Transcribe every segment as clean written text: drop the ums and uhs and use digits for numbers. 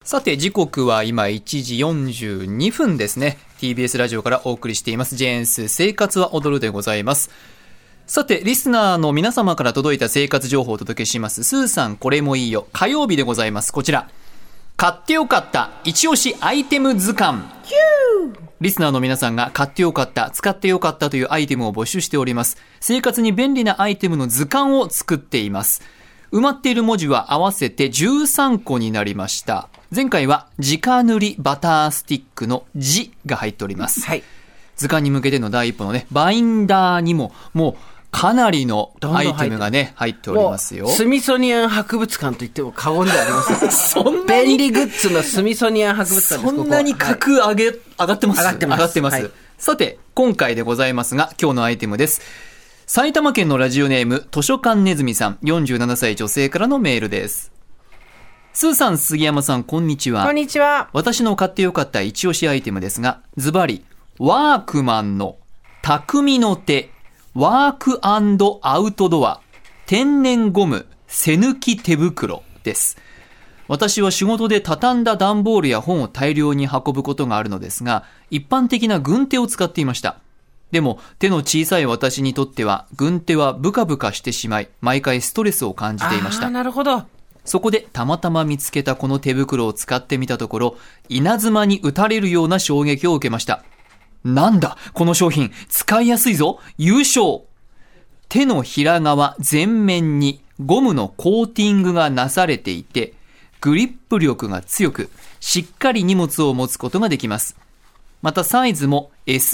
さて時刻は今1時42分ですね。 TBS ラジオからお送りしていますジェーンス生活は踊るでございます。さてリスナーの皆様から届いた生活情報をお届けしますスーさんこれもいいよ火曜日でございます。こちら買ってよかった一押しアイテム図鑑。リスナーの皆さんが買ってよかった使ってよかったというアイテムを募集しております。生活に便利なアイテムの図鑑を作っています。埋まっている文字は合わせて13個になりました。前回は直塗りバタースティックの字が入っております、はい、図鑑に向けての第一歩のねバインダーにももうかなりのアイテムがね入っておりますよ。 スミソニアン博物館といっても過言ではありませんそんなに便利グッズのスミソニアン博物館です。 そんなに格上がってます。上がってます、はい、さて今回でございますが今日のアイテムです。埼玉県のラジオネーム図書館ねずみさん47歳女性からのメールです。スーさん杉山さんこんにちは。 こんにちは。 私の買ってよかった一押しアイテムですがズバリワークマンの匠の手ワーク&アウトドア天然ゴム背抜き手袋です。私は仕事で畳んだ段ボールや本を大量に運ぶことがあるのですが一般的な軍手を使っていました。でも手の小さい私にとっては軍手はブカブカしてしまい毎回ストレスを感じていました。 なるほど。 そこでたまたま見つけたこの手袋を使ってみたところ稲妻に打たれるような衝撃を受けました。なんだこの商品使いやすいぞ優勝。手のひら側全面にゴムのコーティングがなされていてグリップ力が強くしっかり荷物を持つことができます。またサイズも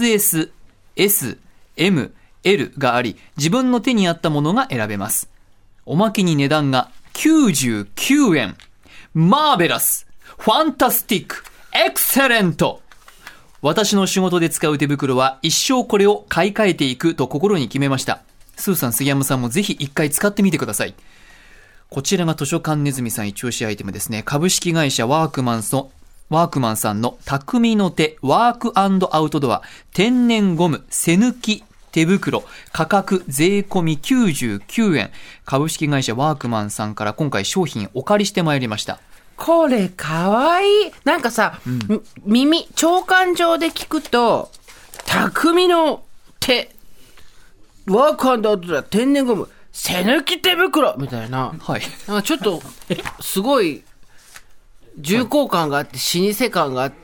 SS、S、M、L があり自分の手に合ったものが選べます。おまけに値段が99円。マーベラス、ファンタスティック、エクセレント。私の仕事で使う手袋は一生これを買い替えていくと心に決めました。スーさん杉山さんもぜひ一回使ってみてください。こちらが図書館ねずみさん一押しアイテムですね。株式会社ワークマンさんの匠の手ワーク&アウトドア天然ゴム背抜き手袋価格税込み99円。株式会社ワークマンさんから今回商品お借りしてまいりました。 これかわいい。なんかさ、長官上で聞くと匠の手ワーク&アウトドア天然ゴム背抜き手袋みたいな、はい、なんかちょっとすごい重厚感があって老舗感があって、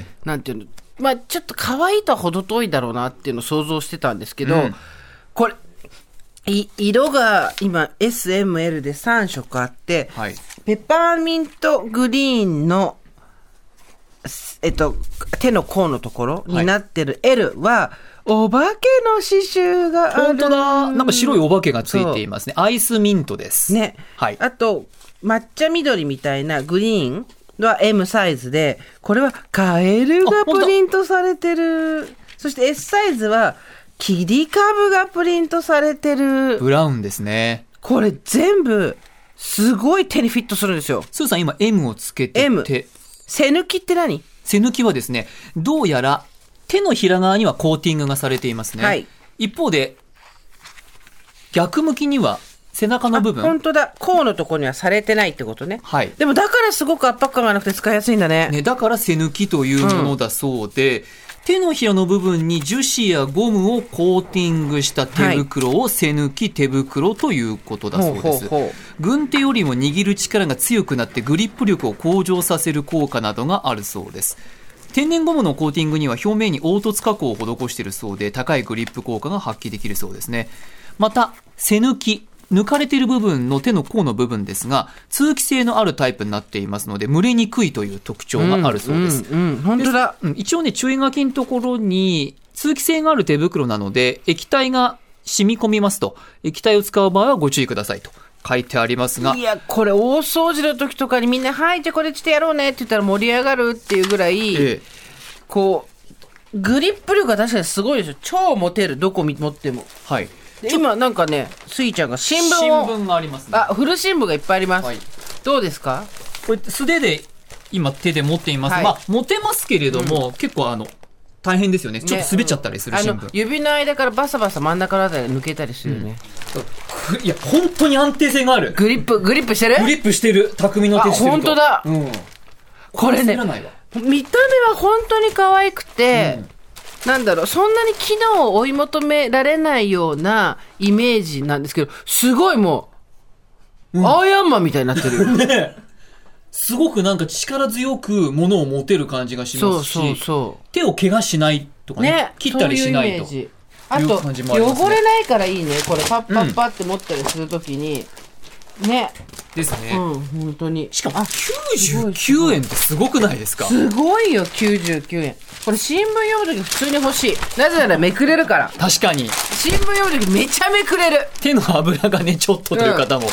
なんていうのまあ、ちょっと可愛いとは程遠いだろうなっていうのを想像してたんですけど、これ色が今 S、M、L で3色あって、はい、ペッパーミントグリーンの、手の甲のところになってる L は、お化けの刺繍がある。 本当だ。なんか白いお化けがついていますね。アイスミントですね。はい、 あと抹茶緑みたいなグリーンは M サイズで、これはカエルがプリントされてる。そして S サイズは切り株がプリントされてる。 ブラウンですね。 これ全部すごい手にフィットするんですよ。 スーさん今 M をつけてて M。 背抜きって何？ 背抜きはですね、どうやら手のひら側にはコーティングがされていますね、はい、一方で逆向きには背中の部分、 本当だ、甲のところにはされてないってことね、はい、でもだからすごく圧迫感がなくて使いやすいんだ ね。 だから背抜きというものだそうで、手のひらの部分に樹脂やゴムをコーティングした手袋を背抜き手袋ということだそうです。軍手よりも握る力が強くなってグリップ力を向上させる効果などがあるそうです。天然ゴムのコーティングには表面に凹凸加工を施しているそうで高いグリップ効果が発揮できるそうですね。また背抜き抜かれている部分の手の甲の部分ですが通気性のあるタイプになっていますので蒸れにくいという特徴があるそうです、 本当だ。 一応ね注意書きのところに通気性がある手袋なので液体が染み込みますと液体を使う場合はご注意くださいと書いてありますが、 いやこれ大掃除の時とかにみんなはいじゃあこれしてやろうねって言ったら盛り上がるっていうぐらい、こうグリップ力が確かにすごいですよ。超モテる、どこ持っても。はい。今なんかねスイちゃんが新聞がありますね。 古新聞がいっぱいあります、はい、どうですか？ これ素手で今手で持っています、はい、まあ持てますけれども、結構大変ですよね。ちょっと滑っちゃったりする新聞、 指の間からバサバサ真ん中のあたり抜けたりするよね、 いや本当に安定性がある。 グリップしてる？ グリップしてる匠の手してると。 本当だ、 これね焦らないわ。 見た目は本当に可愛くて、なんだろう、そんなに機能を追い求められないようなイメージなんですけど、すごいもう、アイアンマンみたいになってるよ。 ね、すごくなんか力強く物を持てる感じがしますし、手を怪我しないとかね、切ったりしないという感じもありますね。 汚れないからいいね。これパッパッパって持ったりするときに、ね。 ですね。 本当に。 しかも99円ってすごくないですか？ すごいよ、99円。これ新聞読むとき普通に欲しい。なぜならめくれるから。 確かに。 新聞読むときめちゃめくれる。 手の油がね、ちょっとという方も。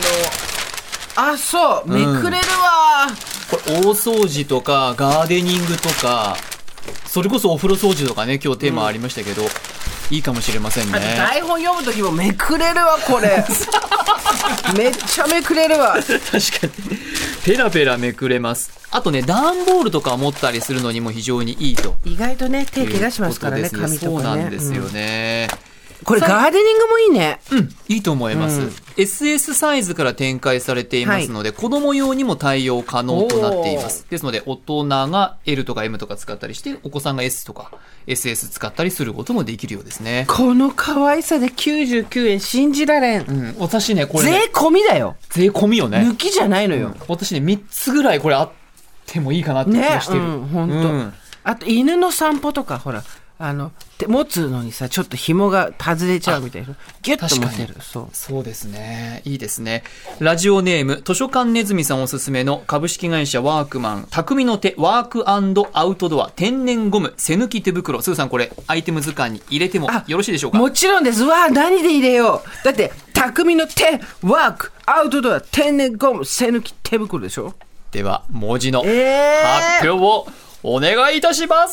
そう、めくれるわ。 これ大掃除とかガーデニングとか、それこそお風呂掃除とかね、今日テーマありましたけど、いいかもしれませんね。 台本読むときもめくれるわ、これ。めっちゃめくれるわ。 確かに。ペラペラめくれます。あとね、段ボールとか持ったりするのにも非常にいいと。 意外とね、手怪我しますからね、紙とかね。 そうなんですよね。 これガーデニングもいいね。 いいと思います。SS サイズから展開されていますので、子供用にも対応可能となっています。ですので、大人が L とか M とか使ったりして、お子さんが S とか SS 使ったりすることもできるようですね。 この可愛さで99円信じられん。 私ね、これ、 税込みだよ。 税込みよね。 抜きじゃないのよ。 私ね、3つぐらいこれあってもいいかなって気がしてる。 本当。あと犬の散歩とか、ほら。持つのにさ、ちょっと紐が外れちゃうみたいな。ギュッと持てる。 そうですね。いいですね。ラジオネーム、図書館ネズミさんおすすめの株式会社ワークマン、匠の手ワーク&アウトドア天然ゴム背抜き手袋。スーさん、これアイテム図鑑に入れてもよろしいでしょうか？ もちろんです。何で入れよう。だって、匠の手ワークアウトドア天然ゴム背抜き手袋でしょ。 では、文字の発表をお願いいたします。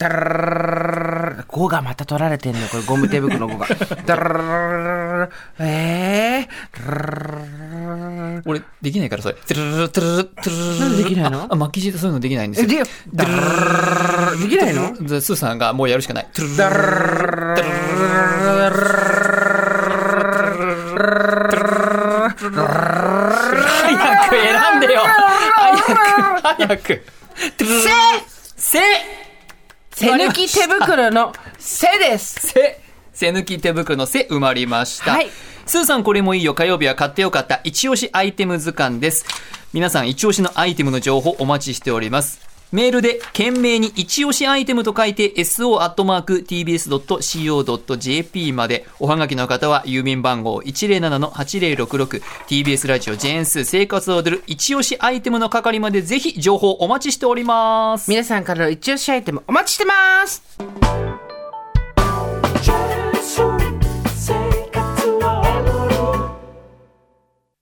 5がまた取られてんのこれゴム手袋の5が俺できないからそれなんでできないの？ 巻き舌そういうのできないんですよ。 できないの？ スーさんがもうやるしかない。早く選んでよ。早く背抜き手袋の背です。 背抜き手袋の背埋まりました。 はい。 スーさんこれもいいよ。火曜日は買ってよかった一押しアイテム図鑑です。皆さん一押しのアイテムの情報お待ちしております。メールで懸命に一押しアイテムと書いて so@tbs.co.jp まで。おはがきの方は郵便番号 107-8066 TBS ラジオジェーンスー生活を踊る一押しアイテムの係までぜひ情報お待ちしております。 皆さんからの一押しアイテムお待ちしてます。